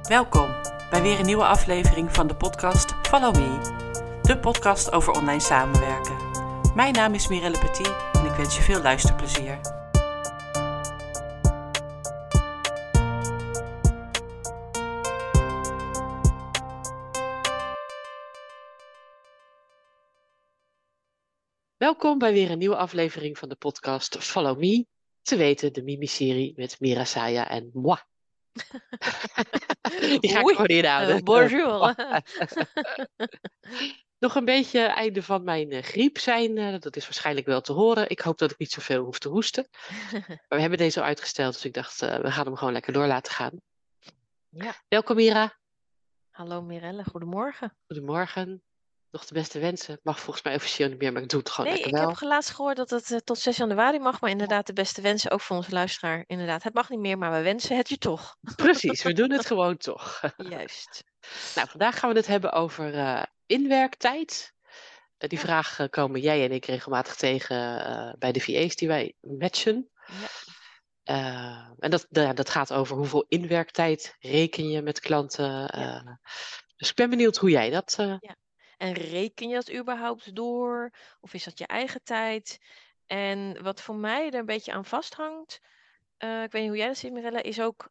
Welkom bij weer een nieuwe aflevering van de podcast Follow Me, de podcast over online samenwerken. Mijn naam is Mirelle Petit en ik wens je veel luisterplezier. Welkom bij weer een nieuwe aflevering van de podcast Follow Me. Te weten de Mimi-serie met Mira Saya en moi. Die ga ik gewoon inhouden. Bonjour. Nog een beetje einde van mijn griep zijn. Dat is waarschijnlijk wel te horen. Ik hoop dat ik niet zoveel hoef te hoesten. Maar we hebben deze al uitgesteld, dus ik dacht we gaan hem gewoon lekker door laten gaan. Ja. Welkom Mira. Hallo Mirelle, goedemorgen. Goedemorgen. Nog de beste wensen. Mag volgens mij officieel niet meer, maar ik doe het gewoon lekker wel. Ik heb laatst gehoord dat het tot 6 januari mag, maar inderdaad de beste wensen, ook voor onze luisteraar. Inderdaad, het mag niet meer, maar we wensen het je toch. Precies, we doen het gewoon toch. Juist. Nou, vandaag gaan we het hebben over inwerktijd. Die vraag komen jij en ik regelmatig tegen bij de VA's die wij matchen. Ja. En dat gaat over hoeveel inwerktijd reken je met klanten. Ja. Dus ik ben benieuwd hoe jij dat... Ja. En reken je dat überhaupt door? Of is dat je eigen tijd? En wat voor mij er een beetje aan vasthangt, ik weet niet hoe jij dat ziet Mirelle, is ook...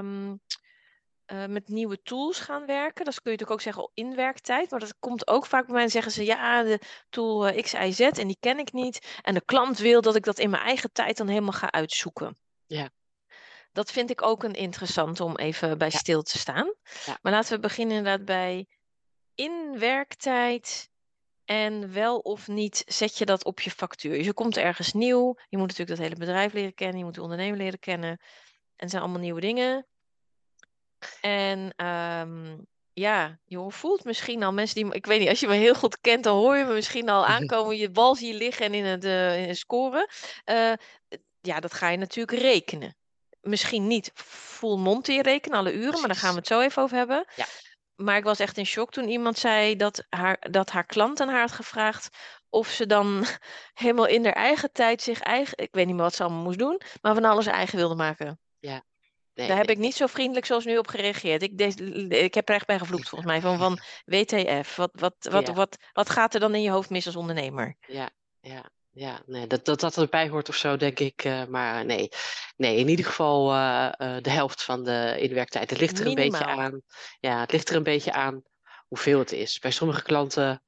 met nieuwe tools gaan werken. Dat kun je natuurlijk ook zeggen inwerktijd. Maar dat komt ook vaak bij mij en zeggen ze... ja, de tool X, Y, Z en die ken ik niet. En de klant wil dat ik dat in mijn eigen tijd dan helemaal ga uitzoeken. Ja. Dat vind ik ook een interessant om even bij stil te staan. Ja. Maar laten we beginnen inderdaad bij inwerktijd. En wel of niet zet je dat op je factuur. Dus je komt ergens nieuw. Je moet natuurlijk dat hele bedrijf leren kennen. Je moet de ondernemer leren kennen. En het zijn allemaal nieuwe dingen. En ja, je voelt misschien al mensen die... Ik weet niet, als je me heel goed kent, dan hoor je me misschien al aankomen. Je bal zie je liggen en in het scoren. Ja, dat ga je natuurlijk rekenen. Misschien niet full monty rekenen, alle uren, Precies. maar daar gaan we het zo even over hebben. Ja. Maar ik was echt in shock toen iemand zei dat haar klant aan haar had gevraagd of ze dan helemaal in haar eigen tijd ik weet niet meer wat ze allemaal moest doen, maar van alles eigen wilde maken. Ja. Daar heb ik niet zo vriendelijk zoals nu op gereageerd. Ik heb er echt bij gevloekt volgens mij. Van WTF, wat gaat er dan in je hoofd mis als ondernemer? Ja, nee, dat erbij hoort of zo, denk ik. Maar nee, in ieder geval de helft van de inwerktijd. Het ligt er een beetje aan. Ja, het ligt er een beetje aan hoeveel het is. Bij sommige klanten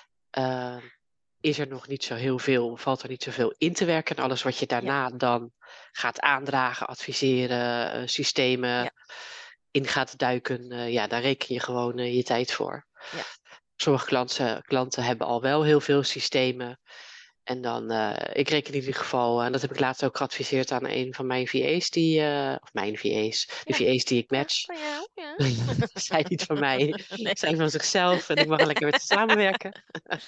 is er nog niet zo heel veel, valt er niet zoveel in te werken. En alles wat je daarna dan gaat aandragen, adviseren, systemen in gaat duiken, daar reken je gewoon je tijd voor. Ja. Sommige klanten hebben al wel heel veel systemen. En dan, ik reken in ieder geval, en dat heb ik laatst ook geadviseerd aan een van mijn VA's, of mijn VA's, de VA's die ik match. Van jou, ja. Zij niet van mij, zij van zichzelf en ik mag lekker met ze samenwerken.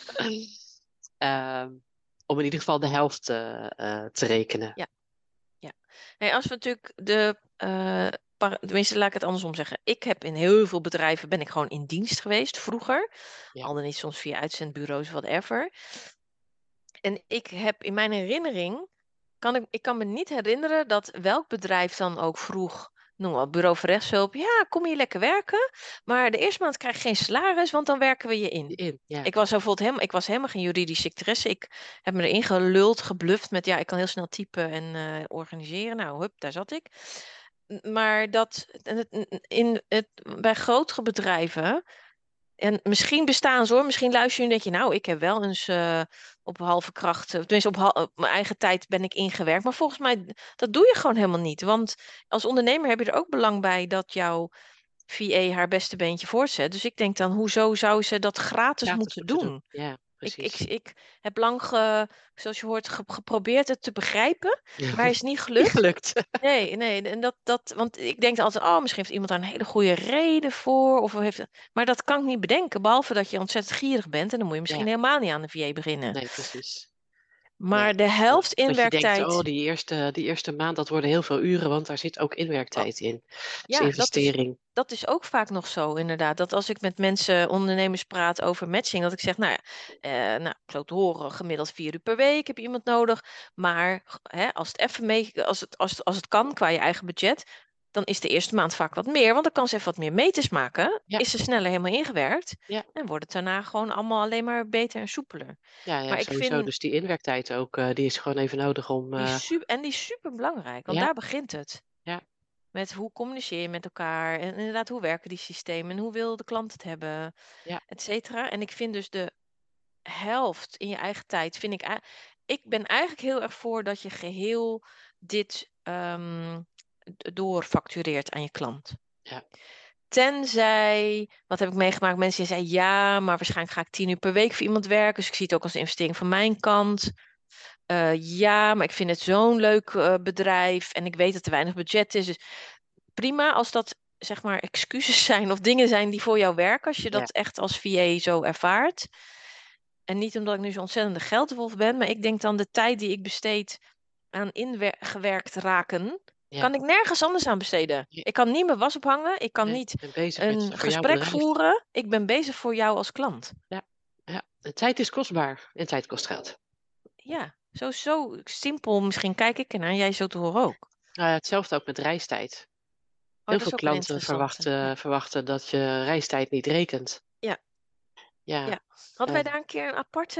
Om in ieder geval de helft te rekenen. Ja. Hey, als we natuurlijk tenminste laat ik het andersom zeggen. Ik heb in heel veel bedrijven ben ik gewoon in dienst geweest vroeger. Al dan niet soms via uitzendbureaus, whatever. En ik heb in mijn herinnering, ik kan me niet herinneren dat welk bedrijf dan ook vroeg, noem maar bureau voor rechtshulp, ja, kom hier lekker werken, maar de eerste maand krijg je geen salaris, want dan werken we je in. Ik was helemaal geen juridisch secretaresse. Ik heb me erin geluld, gebluft met, ja, ik kan heel snel typen en organiseren. Nou, hup, daar zat ik. Maar bij grotere bedrijven, en misschien bestaan ze hoor, misschien luister je en denk je, nou, ik heb wel eens op halve kracht, tenminste op mijn eigen tijd ben ik ingewerkt. Maar volgens mij, dat doe je gewoon helemaal niet. Want als ondernemer heb je er ook belang bij dat jouw VA haar beste beentje voortzet. Dus ik denk dan, hoezo zou ze dat gratis moeten doen? Ja, precies. Ik heb lang, zoals je hoort, geprobeerd het te begrijpen, maar is niet gelukt. Niet gelukt. Nee, en want ik denk altijd, oh, misschien heeft iemand daar een hele goede reden voor. Maar dat kan ik niet bedenken, behalve dat je ontzettend gierig bent. En dan moet je misschien helemaal niet aan de VA beginnen. Nee, precies. Maar de helft inwerktijd... Dat je denkt, die eerste maand, dat worden heel veel uren, want daar zit ook inwerktijd in. Dus investering. Dat is ook vaak nog zo, inderdaad. Dat als ik met mensen, ondernemers praat over matching, dat ik zeg, ik geloof te horen, gemiddeld 4 uur per week heb je iemand nodig. Maar als het even als het kan, qua je eigen budget, dan is de eerste maand vaak wat meer, want dan kan ze even wat meer meters maken. Ja. Is ze sneller helemaal ingewerkt Ja. en wordt het daarna gewoon allemaal alleen maar beter en soepeler. Ja, Maar ik sowieso. vind Dus die inwerktijd ook, die is gewoon even nodig om... die super belangrijk, want Ja. daar begint het. Ja. Met hoe communiceer je met elkaar en inderdaad hoe werken die systemen en hoe wil de klant het hebben, Ja. et cetera. En ik vind dus de helft in je eigen tijd, ik ben eigenlijk heel erg voor dat je geheel dit doorfactureert aan je klant. Ja. Tenzij, wat heb ik meegemaakt, mensen die zeiden ja, maar waarschijnlijk ga ik 10 uur per week voor iemand werken, dus ik zie het ook als een investering van mijn kant. Ja, maar ik vind het zo'n leuk bedrijf en ik weet dat er weinig budget is. Dus prima als dat zeg maar excuses zijn of dingen zijn die voor jou werken, als je dat echt als VA zo ervaart. En niet omdat ik nu zo'n ontzettende geldwolf ben, maar ik denk dan de tijd die ik besteed aan ingewerkt raken, kan ik nergens anders aan besteden. Nee. Ik kan niet mijn was ophangen, ik kan Nee, niet ik ben bezig een voor jouw gesprek bedrijf. voeren. Ik ben bezig voor jou als klant. Ja, de tijd is kostbaar en tijd kost geld. Ja, zo simpel misschien kijk ik ernaar, jij zo te horen ook. Nou ja, hetzelfde ook met reistijd. Heel veel klanten verwachten dat je reistijd niet rekent. Ja. Ja. Hadden wij daar een keer een aparte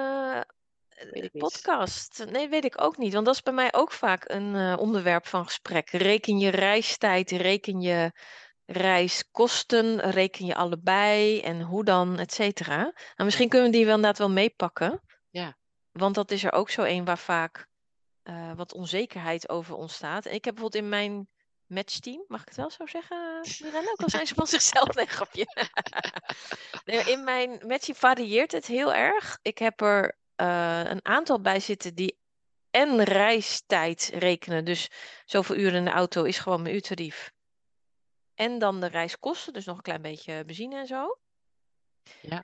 Weet ik niet. podcast? Nee, weet ik ook niet. Want dat is bij mij ook vaak een onderwerp van gesprek. Reken je reistijd, reken je reiskosten, reken je allebei en hoe dan, et cetera. Nou, misschien kunnen we die wel inderdaad wel meepakken. Ja. Want dat is er ook zo een waar vaak wat onzekerheid over ontstaat. En ik heb bijvoorbeeld in mijn matchteam, mag ik het wel zo zeggen, Mirelle? Ook al zijn ze van zichzelf, nee, grapje. Nee, in mijn matchteam varieert het heel erg. Ik heb er een aantal bij zitten die en reistijd rekenen. Dus zoveel uren in de auto is gewoon mijn uurtarief. En dan de reiskosten, dus nog een klein beetje benzine en zo. Ja.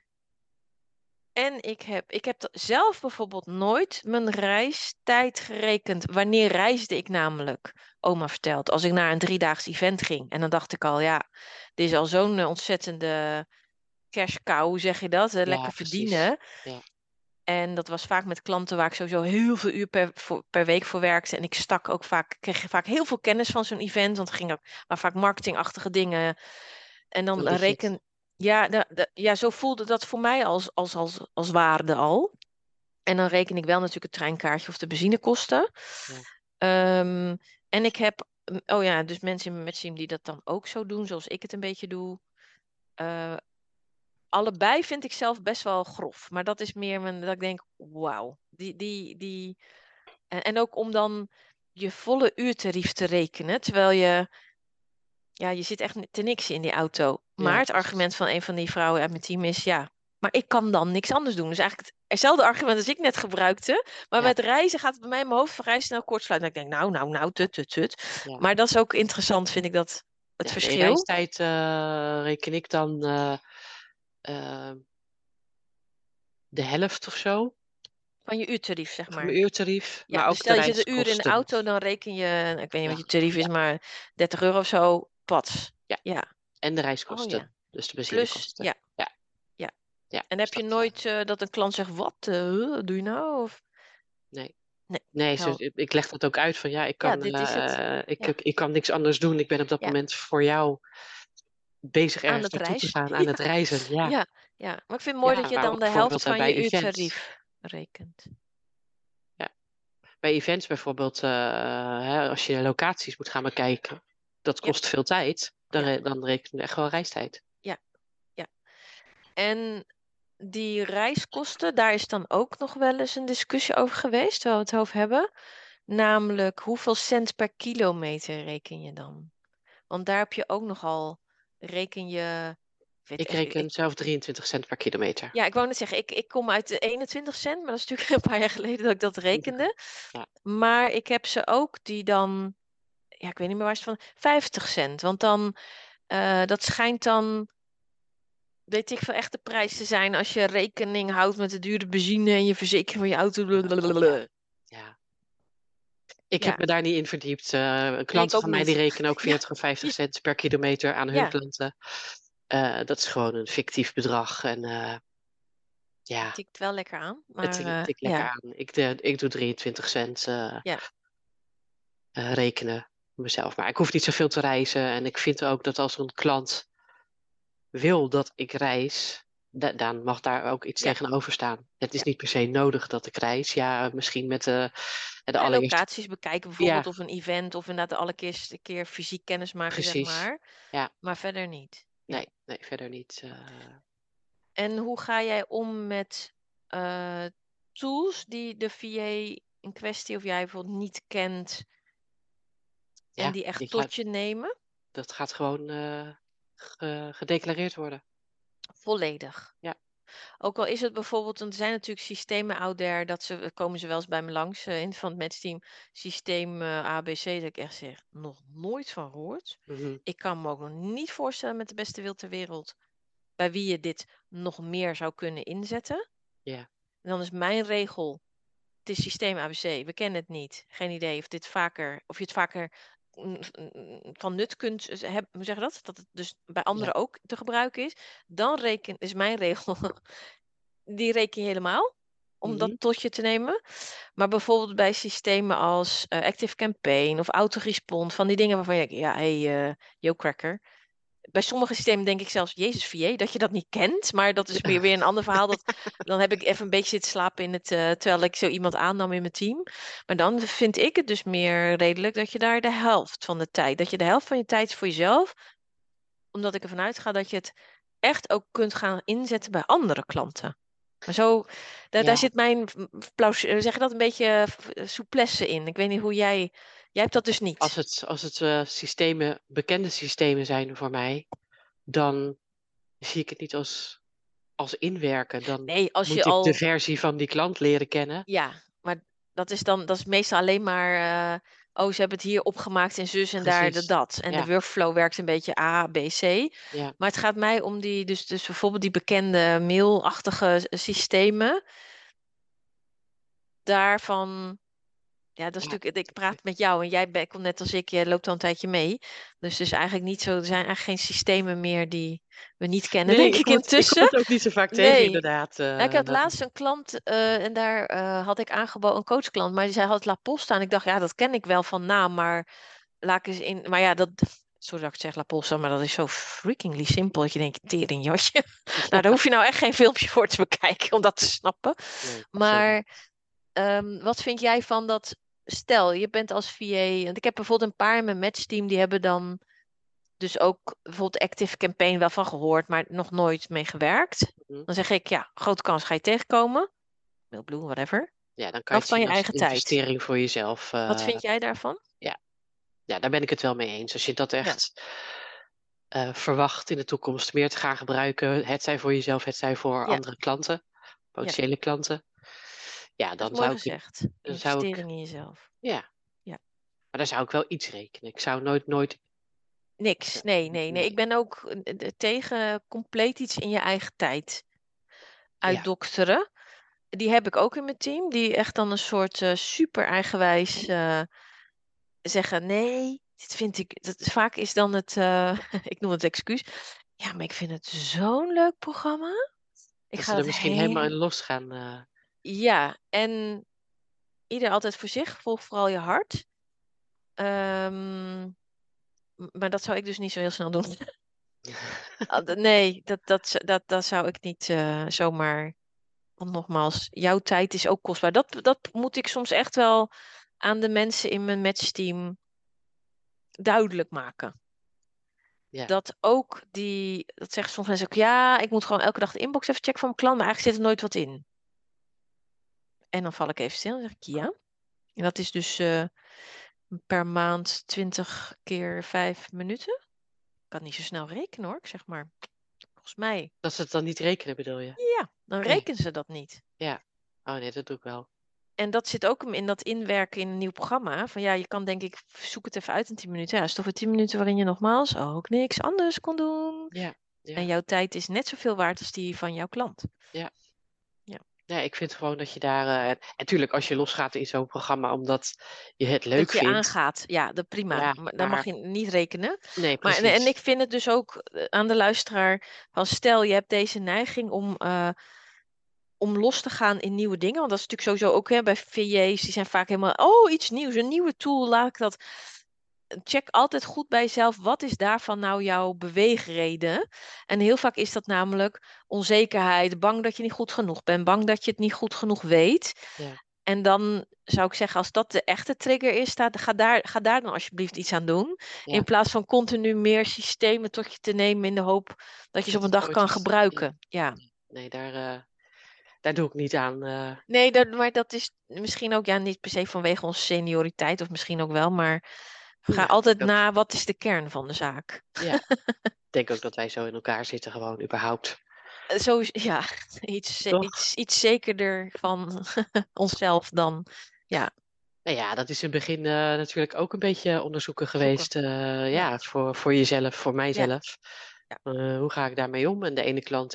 En ik heb zelf bijvoorbeeld nooit mijn reistijd gerekend. Wanneer reisde ik namelijk? Oma vertelt. Als ik naar een 3-daags event ging. En dan dacht ik al, ja, dit is al zo'n ontzettende cash cow, hoe zeg je dat? Lekker verdienen. Ja. En dat was vaak met klanten waar ik sowieso heel veel uur per week voor werkte. En ik kreeg vaak heel veel kennis van zo'n event. Want het ging ook maar vaak marketingachtige dingen. En dan reken... Ja, zo voelde dat voor mij als waarde al. En dan reken ik wel natuurlijk het treinkaartje of de benzinekosten. Ja. En ik heb... Oh ja, dus mensen in mijn matchteam die dat dan ook zo doen, zoals ik het een beetje doe. Allebei vind ik zelf best wel grof. Maar dat is meer dat ik denk, wauw. En ook om dan je volle uurtarief te rekenen. Terwijl je zit echt te niks in die auto. Maar het argument van een van die vrouwen uit mijn team is, ja, maar ik kan dan niks anders doen. Dus eigenlijk hetzelfde argument als ik net gebruikte. Maar met reizen gaat het bij mij in mijn hoofd vrij snel kortsluiten. En ik denk, nou, tut. Ja. Maar dat is ook interessant, vind ik, dat het verschil. In reistijd reken ik dan de helft of zo. Van je uurtarief, zeg maar. Van mijn uurtarief. Ja, maar dus ook stel de je zit een uur in de auto, dan reken je, ik weet niet wat je tarief is, maar €30 of zo, pats. Ja. En de reiskosten. Oh, ja. Dus de benzinekosten. Ja. En heb dus je nooit dat een klant zegt, wat doe je nou? Of... Nee, ik leg dat ook uit van ik kan, dit is het. ik kan niks anders doen. Ik ben op dat moment voor jou bezig aan ergens het naartoe te reizen. gaan, aan het reizen. Ja. Maar ik vind het mooi dat je dan de helft van je uurtarief rekent. Ja. Bij events bijvoorbeeld, als je locaties moet gaan bekijken, dat kost veel tijd. Dan rekenen we echt wel reistijd. Ja. En die reiskosten, daar is dan ook nog wel eens een discussie over geweest, waar we het over hebben. Namelijk, hoeveel cent per kilometer reken je dan? Want daar heb je ook nogal, reken je... Ik reken zelf 23 cent per kilometer. Ja, ik wou net zeggen, ik kom uit de 21 cent, maar dat is natuurlijk een paar jaar geleden dat ik dat rekende. Ja. Maar ik heb ze ook die dan, ik weet niet meer waar ze van, 50 cent. Want dan, dat schijnt dan, weet ik veel, echt de prijs te zijn als je rekening houdt met de dure benzine en je verzekering van je auto. Ja. Ik heb me daar niet in verdiept. Klanten van mij die rekenen ook 40 of 50 cent per kilometer aan hun klanten. Dat is gewoon een fictief bedrag. En Het tikt wel lekker aan. Maar, het tikt lekker aan. Ik doe 23 cent rekenen. mezelf. Maar ik hoef niet zoveel te reizen. En ik vind ook dat als een klant wil dat ik reis, dan mag daar ook iets Ja. tegenover staan. Het is Ja. niet per se nodig dat ik reis. Ja, misschien met de En allereerste... locaties bekijken bijvoorbeeld, of een event, of inderdaad de allereerste keer fysiek kennis maken, zeg Precies. maar. Ja. Maar verder niet. Ja. Nee, verder niet. En hoe ga jij om met tools die de VA in kwestie of jij bijvoorbeeld niet kent en die echt tot je nemen? Dat gaat gewoon gedeclareerd worden. Volledig. Ja. Ook al is het bijvoorbeeld, want er zijn natuurlijk systemen out there, komen ze wel eens bij me langs van het matchteam, systeem ABC, dat ik echt zeg, nog nooit van gehoord. Mhm. Ik kan me ook nog niet voorstellen met de beste wil ter wereld, bij wie je dit nog meer zou kunnen inzetten. Ja. En dan is mijn regel, het is systeem ABC, we kennen het niet. Geen idee of je het vaker van nut kunt hebben, hoe zeg je dat? Dat het dus bij anderen ook te gebruiken is. Dan is mijn regel, die reken je helemaal, om dat tot je te nemen. Maar bijvoorbeeld bij systemen als Active Campaign of Autorespond, van die dingen waarvan je denkt, ja, hey, yo cracker. Bij sommige systemen denk ik zelfs, Jezus VA, dat je dat niet kent. Maar dat is weer een ander verhaal. Dan heb ik even een beetje zitten slapen terwijl ik zo iemand aannam in mijn team. Maar dan vind ik het dus meer redelijk dat je daar de helft van de tijd, dat je de helft van je tijd is voor jezelf. Omdat ik ervan uitga dat je het echt ook kunt gaan inzetten bij andere klanten. Maar zo, daar zit mijn, zeg je dat, een beetje souplesse in. Ik weet niet hoe jij hebt dat dus niet. Als het bekende systemen zijn voor mij, dan zie ik het niet als inwerken. Dan Nee, als je moet ik de al... versie van die klant leren kennen. Ja, maar dat is meestal alleen maar, ze hebben het hier opgemaakt en zus en daar Precies. dat. En de workflow werkt een beetje A, B, C. Ja. Maar het gaat mij om dus bijvoorbeeld die bekende mailachtige systemen. Daarvan, ja, dat is natuurlijk, ik praat met jou en jij komt net als ik, jij loopt al een tijdje mee. Dus eigenlijk niet zo, er zijn eigenlijk geen systemen meer die we niet kennen, Nee, denk ik ik kom intussen. het ook niet zo vaak tegen, Nee. inderdaad. Nou, ik had laatst een klant en daar had ik aangeboden, een coachklant, maar zij had La Posta. En ik dacht, ja, dat ken ik wel van naam, maar laat ik eens in. Maar ja, sorry dat ik het zeg La Posta, maar dat is zo freakingly simpel dat je denkt, tering jotje. Nou, daar hoef je nou echt geen filmpje voor te bekijken om dat te snappen. Nee, Maar wat vind jij van dat? Stel, je bent als VA, want ik heb bijvoorbeeld een paar in mijn matchteam, die hebben dan dus ook bijvoorbeeld Active Campaign wel van gehoord, maar nog nooit mee gewerkt. Dan zeg ik, ja, grote kans ga je tegenkomen. Mailblue, whatever. Ja, dan kan je het Van je zien als eigen tijd. investering voor jezelf. Wat vind jij daarvan? Ja, daar ben ik het wel mee eens. Als je dat echt verwacht in de toekomst meer te gaan gebruiken, het zij voor jezelf, het zij voor andere klanten, potentiële klanten. Ja, Dat is dan mooi zou gezegd. ik... Investering in jezelf. Ja. Maar daar zou ik wel iets rekenen. Ik zou nooit... Niks. Nee. Ik ben ook tegen compleet iets in je eigen tijd uitdokteren. Die heb ik ook in mijn team. Die echt dan een soort super eigenwijs zeggen: nee, dit vind ik. Vaak is dan het, ik noem het excuus. Ja, maar ik vind het zo'n leuk programma. Ik Dat ga ze er dat misschien helemaal in los gaan. Ja, en ieder altijd voor zich. Volg vooral je hart. Maar dat zou ik dus niet zo heel snel doen. Nee, dat zou ik niet zomaar. Want nogmaals, jouw tijd is ook kostbaar. Dat moet ik soms echt wel aan de mensen in mijn matchteam duidelijk maken. Ja. Dat zeggen soms mensen ook, ja, ik moet gewoon elke dag de inbox even checken van mijn klant, maar eigenlijk zit er nooit wat in. En dan val ik even stil en zeg ik ja. En dat is dus per maand 20 keer 5 minuten. Ik kan niet zo snel rekenen hoor, ik zeg maar. Volgens mij. Dat ze het dan niet rekenen, bedoel je? Ja, dan rekenen ze dat niet. Ja. Oh nee, dat doe ik wel. En dat zit ook in dat inwerken in een nieuw programma. Van ja, je kan denk ik, zoek het even uit in 10 minuten. Ja, is toch weer 10 minuten waarin je nogmaals ook niks anders kon doen. Ja. En jouw tijd is net zoveel waard als die van jouw klant. Ja, ik vind gewoon dat je daar... en natuurlijk, als je losgaat in zo'n programma omdat je het leuk dat je vindt. Aangaat, ja, dat prima. Ja, maar dan mag je niet rekenen. Nee, Maar, precies. en ik vind het dus ook aan de luisteraar van stel, je hebt deze neiging om los te gaan in nieuwe dingen. Want dat is natuurlijk sowieso ook bij VJ's, die zijn vaak helemaal, iets nieuws, een nieuwe tool, laat ik dat. check altijd goed bij jezelf, wat is daarvan nou jouw beweegreden? En heel vaak is dat namelijk onzekerheid, bang dat je niet goed genoeg bent, bang dat je het niet goed genoeg weet. Ja, En dan zou ik zeggen, als dat de echte trigger is, ga daar dan alsjeblieft iets aan doen. In ja. plaats van continu meer systemen tot je te nemen in de hoop dat je ze op een Dat het dag ooit kan is. Ja. gebruiken. Ja. Nee, daar doe ik niet aan. Nee, maar dat is misschien ook niet per se vanwege onze senioriteit, of misschien ook wel, maar ga Ja, ik altijd denk ook, na, wat is de kern van de zaak? ja, ik denk ook dat wij zo in elkaar zitten, gewoon überhaupt. Zo is, ja, Toch? iets zekerder van onszelf dan, ja, Nou ja, dat is in het begin natuurlijk ook een beetje onderzoeken zoeken. geweest. Ja, Ja, voor jezelf, voor ja, mijzelf. ja, Hoe ga ik daarmee om? En de ene klant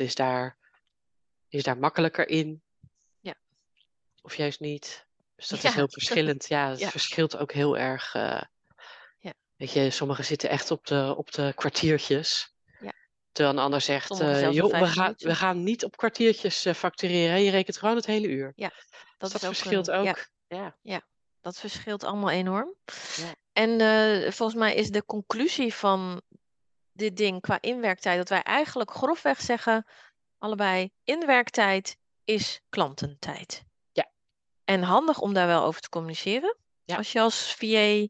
is daar makkelijker in, ja, of juist niet. Dus dat is heel ja, verschillend. Ja, het ja, verschilt ook heel erg. ja, Weet je, sommigen zitten echt op de kwartiertjes. ja. Terwijl een ander zegt, Sommigen zelfs wel joh, 5 minuten. we gaan niet op kwartiertjes factureren. Je rekent gewoon het hele uur. Ja, Dus dat dat is ook verschilt een, ja, ook. Ja, ja, dat verschilt allemaal enorm. ja, En volgens mij is de conclusie van dit ding qua inwerktijd dat wij eigenlijk grofweg zeggen, allebei, inwerktijd is klantentijd. ja, En handig om daar wel over te communiceren. ja, Als je als VA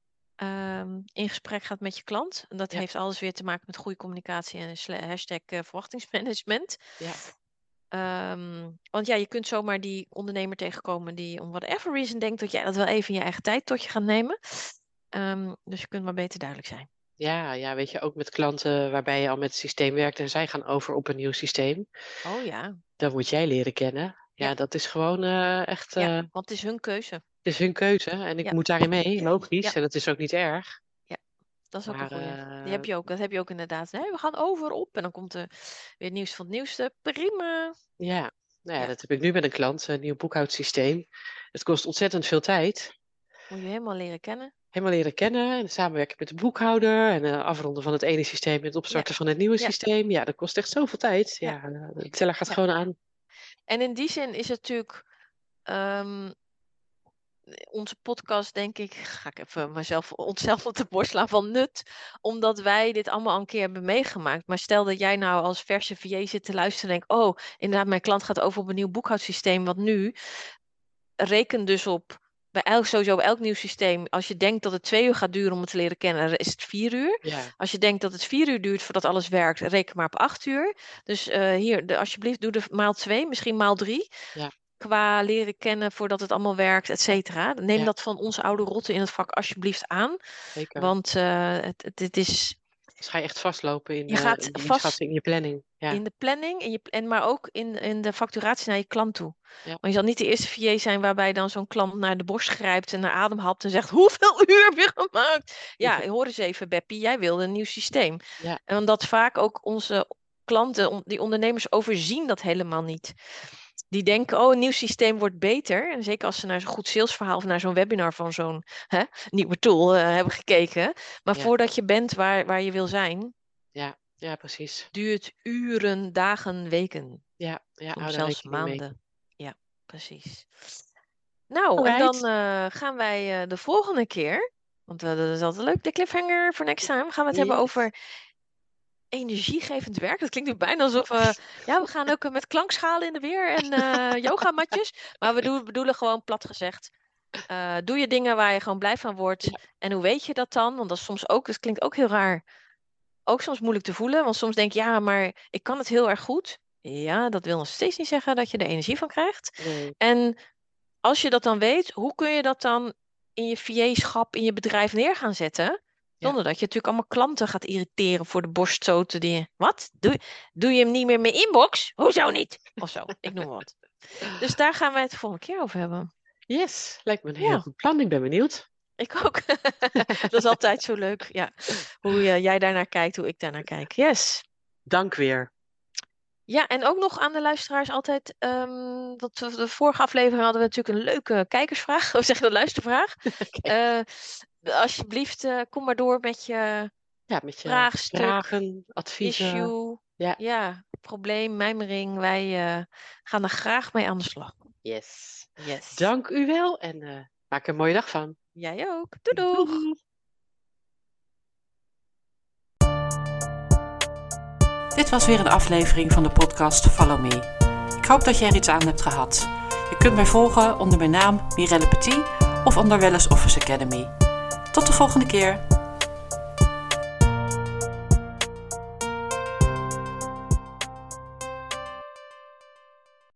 in gesprek gaat met je klant. En dat ja, heeft alles weer te maken met goede communicatie en hashtag verwachtingsmanagement. ja. Want ja, je kunt zomaar die ondernemer tegenkomen die om whatever reason denkt dat jij dat wel even in je eigen tijd tot je gaat nemen. Dus je kunt maar beter duidelijk zijn. Ja, ja, weet je, ook met klanten waarbij je al met het systeem werkt en zij gaan over op een nieuw systeem. Oh ja, Dan moet jij leren kennen. ja, Ja, dat is gewoon echt, ja, want het is hun keuze. het is hun keuze en ik Ja, moet daarin mee, ja, logisch. En dat is ook niet erg. ja. Dat is ook een Maar goeie. Dat heb je ook inderdaad. Nee, we gaan over op en dan komt er weer het nieuws van het nieuwste. Prima. ja, nou ja, Ja, dat heb ik nu met een klant, een nieuw boekhoudsysteem. Het kost ontzettend veel tijd. moet je helemaal leren kennen. Helemaal leren kennen en samenwerken met de boekhouder en afronden van het ene systeem en het Ja, opstarten van het nieuwe ja, systeem. Ja, dat kost echt zoveel tijd. ja, Ja, de teller gaat ja. gewoon aan. En in die zin is het natuurlijk ehm, onze podcast, denk ik, ga ik even onszelf op de borst slaan van nut, omdat wij dit allemaal al een keer hebben meegemaakt. Maar stel dat jij nou als verse VA zit te luisteren en denkt, oh, inderdaad, mijn klant gaat over op een nieuw boekhoudsysteem, wat nu? Reken dus op, sowieso bij elk nieuw systeem, als je denkt dat het 2 uur gaat duren om het te leren kennen, is het 4 uur. Ja, Als je denkt dat het 4 uur duurt voordat alles werkt, reken maar op 8 uur. Dus hier, alsjeblieft, doe er maal 2, misschien maal 3. ja, Qua leren kennen voordat het allemaal werkt, et cetera. Neem ja, dat van onze oude rotten in het vak alsjeblieft aan. zeker. Want het is, Dus ga je echt vastlopen je gaat in je vast inschatting, in je planning. Ja, in de planning, maar ook in de facturatie naar je klant toe. ja, Want je zal niet de eerste VA zijn waarbij dan zo'n klant naar de borst grijpt en naar adem hapt en zegt, hoeveel uur heb je gemaakt? Ja, hoor eens even Beppie, jij wilde een nieuw systeem. ja, En omdat vaak ook onze klanten, die ondernemers overzien dat helemaal niet. Die denken, oh, een nieuw systeem wordt beter. En zeker als ze naar zo'n goed salesverhaal of naar zo'n webinar van zo'n nieuwe tool hebben gekeken. Maar ja, voordat je bent waar je wil zijn, ja, ja, precies. duurt uren, dagen, weken. Ja, ja, hou Soms daar zelfs rekening mee. maanden. Ja, precies. Nou, en dan Alright. gaan wij de volgende keer, want dat is altijd leuk, de cliffhanger voor next time, gaan we het hebben Yes. over energiegevend werk. Dat klinkt nu bijna alsof we, ja, we gaan ook met klankschalen in de weer en yogamatjes. Maar we bedoelen gewoon plat gezegd, doe je dingen waar je gewoon blij van wordt. Ja, En hoe weet je dat dan? Want dat is soms ook, dat klinkt ook heel raar, ook soms moeilijk te voelen. Want soms denk je, ja, maar ik kan het heel erg goed. Ja, dat wil nog steeds niet zeggen dat je er energie van krijgt. nee, En als je dat dan weet, hoe kun je dat dan in je VA-schap, in je bedrijf neer gaan zetten? ja, Zonder dat je natuurlijk allemaal klanten gaat irriteren voor de borststoten die je... Wat? Doe je hem niet meer met inbox? Hoezo niet? Of zo, ik noem maar wat. Dus daar gaan wij het de volgende keer over hebben. yes, lijkt me een heel Ja, goed plan. Ik ben benieuwd. ik ook. Dat is altijd zo leuk. Ja, hoe jij daarnaar kijkt, hoe ik daarnaar kijk. Yes. Dank weer. Ja, en ook nog aan de luisteraars altijd, want de vorige aflevering hadden we natuurlijk een leuke kijkersvraag, of zeg je de luistervraag. Oké. Alsjeblieft, kom maar door met je Ja, met je vraagstuk, vragen, adviezen. issue, Ja, ja, probleem, mijmering. Wij gaan er graag mee aan de slag. yes. Yes. Dank u wel en maak er een mooie dag van. Jij ook. Doei doeg! Doei. Dit was weer een aflevering van de podcast Follow Me. Ik hoop dat je er iets aan hebt gehad. Je kunt mij volgen onder mijn naam Mirelle Petit of onder Wellness Office Academy. Tot de volgende keer!